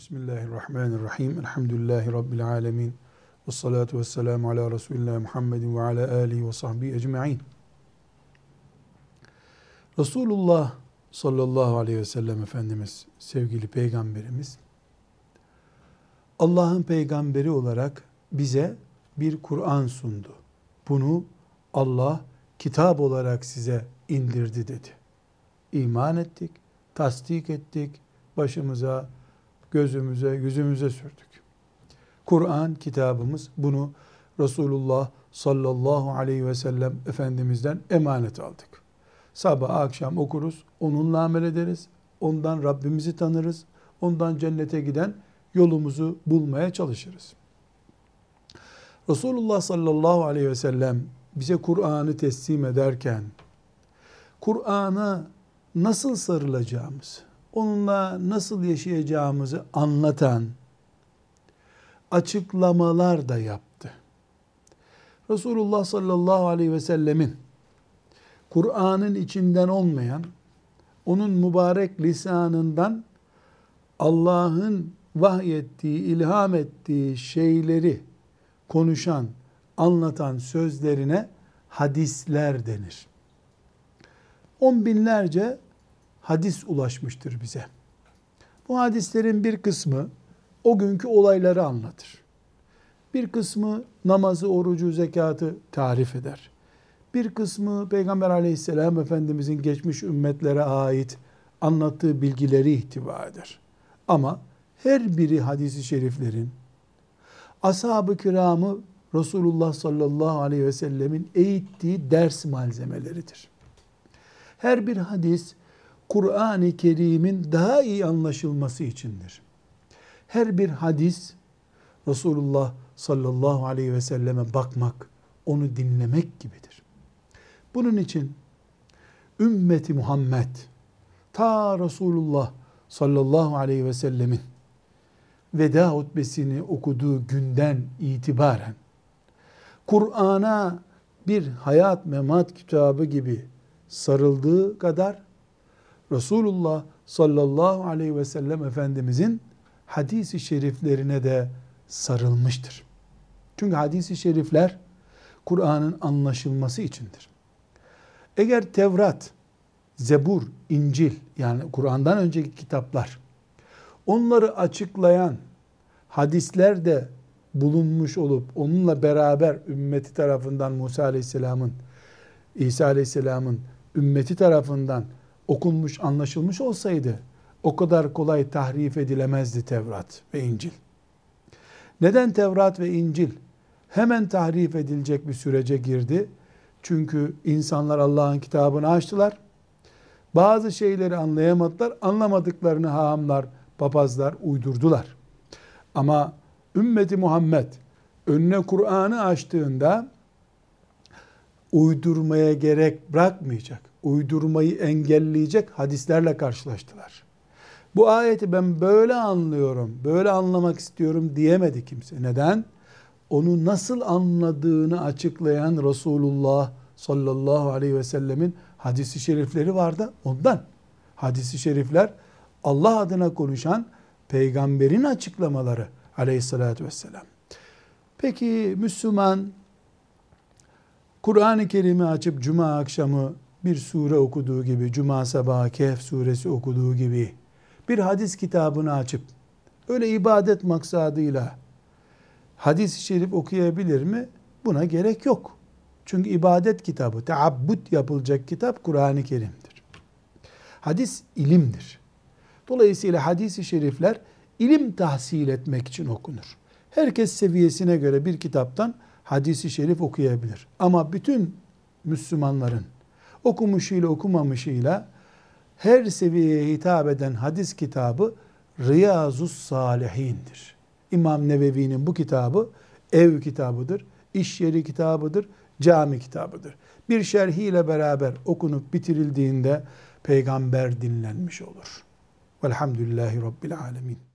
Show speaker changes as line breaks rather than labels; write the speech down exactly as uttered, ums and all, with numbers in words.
Bismillahirrahmanirrahim. Elhamdülillahi Rabbil alemin. Ve salatu ve selamu ala Resulullah Muhammedin ve ala alihi ve sahbihi ecma'in. Resulullah sallallahu aleyhi ve sellem Efendimiz, sevgili Peygamberimiz, Allah'ın peygamberi olarak bize bir Kur'an sundu. Bunu Allah kitap olarak size indirdi dedi. İman ettik, tasdik ettik, başımıza, gözümüze, yüzümüze sürdük. Kur'an kitabımız, bunu Resulullah sallallahu aleyhi ve sellem Efendimiz'den emanet aldık. Sabah akşam okuruz, onunla amel ederiz, ondan Rabbimizi tanırız, ondan cennete giden yolumuzu bulmaya çalışırız. Resulullah sallallahu aleyhi ve sellem bize Kur'an'ı teslim ederken, Kur'an'a nasıl sarılacağımızı, onunla nasıl yaşayacağımızı anlatan açıklamalar da yaptı. Resulullah sallallahu aleyhi ve sellemin Kur'an'ın içinden olmayan, onun mübarek lisanından Allah'ın vahyettiği, ilham ettiği şeyleri konuşan, anlatan sözlerine hadisler denir. On binlerce hadis ulaşmıştır bize. Bu hadislerin bir kısmı o günkü olayları anlatır. Bir kısmı namazı, orucu, zekatı tarif eder. Bir kısmı Peygamber aleyhisselam Efendimizin geçmiş ümmetlere ait anlattığı bilgileri ihtiva eder. Ama her biri hadis-i şeriflerin ashab-ı kiramı Resulullah sallallahu aleyhi ve sellemin eğittiği ders malzemeleridir. Her bir hadis Kur'an-ı Kerim'in daha iyi anlaşılması içindir. Her bir hadis Resulullah sallallahu aleyhi ve selleme bakmak, onu dinlemek gibidir. Bunun için ümmeti Muhammed ta Resulullah sallallahu aleyhi ve sellemin veda hutbesini okuduğu günden itibaren Kur'an'a bir hayat memat kitabı gibi sarıldığı kadar Resulullah sallallahu aleyhi ve sellem Efendimizin hadis-i şeriflerine de sarılmıştır. Çünkü hadis-i şerifler Kur'an'ın anlaşılması içindir. Eğer Tevrat, Zebur, İncil, yani Kur'an'dan önceki kitaplar, onları açıklayan hadisler de bulunmuş olup onunla beraber ümmeti tarafından Musa aleyhisselamın, İsa aleyhisselamın ümmeti tarafından okunmuş, anlaşılmış olsaydı o kadar kolay tahrif edilemezdi Tevrat ve İncil. Neden Tevrat ve İncil hemen tahrif edilecek bir sürece girdi? Çünkü insanlar Allah'ın kitabını açtılar. Bazı şeyleri anlayamadılar. Anlamadıklarını hahamlar, papazlar uydurdular. Ama ümmeti Muhammed önüne Kur'an'ı açtığında uydurmaya gerek bırakmayacak, uydurmayı engelleyecek hadislerle karşılaştılar. Bu ayeti ben böyle anlıyorum, böyle anlamak istiyorum diyemedi kimse. Neden? Onu nasıl anladığını açıklayan Resulullah sallallahu aleyhi ve sellemin hadis-i şerifleri vardı ondan. Hadis-i şerifler Allah adına konuşan peygamberin açıklamaları aleyhissalatü vesselam. Peki Müslüman Kur'an-ı Kerim'i açıp Cuma akşamı bir sure okuduğu gibi, Cuma sabahı Kehf suresi okuduğu gibi bir hadis kitabını açıp öyle ibadet maksadıyla hadis-i şerif okuyabilir mi? Buna gerek yok. Çünkü ibadet kitabı, teabbut yapılacak kitap Kur'an-ı Kerim'dir. Hadis ilimdir. Dolayısıyla hadis-i şerifler ilim tahsil etmek için okunur. Herkes seviyesine göre bir kitaptan hadis-i şerif okuyabilir. Ama bütün Müslümanların okumuşuyla okumamışıyla her seviyeye hitap eden hadis kitabı Riyazus Salihin'dir. İmam Nevevi'nin bu kitabı ev kitabıdır, iş yeri kitabıdır, cami kitabıdır. Bir şerhiyle beraber okunup bitirildiğinde peygamber dinlenmiş olur. Velhamdülillahi Rabbil alemin.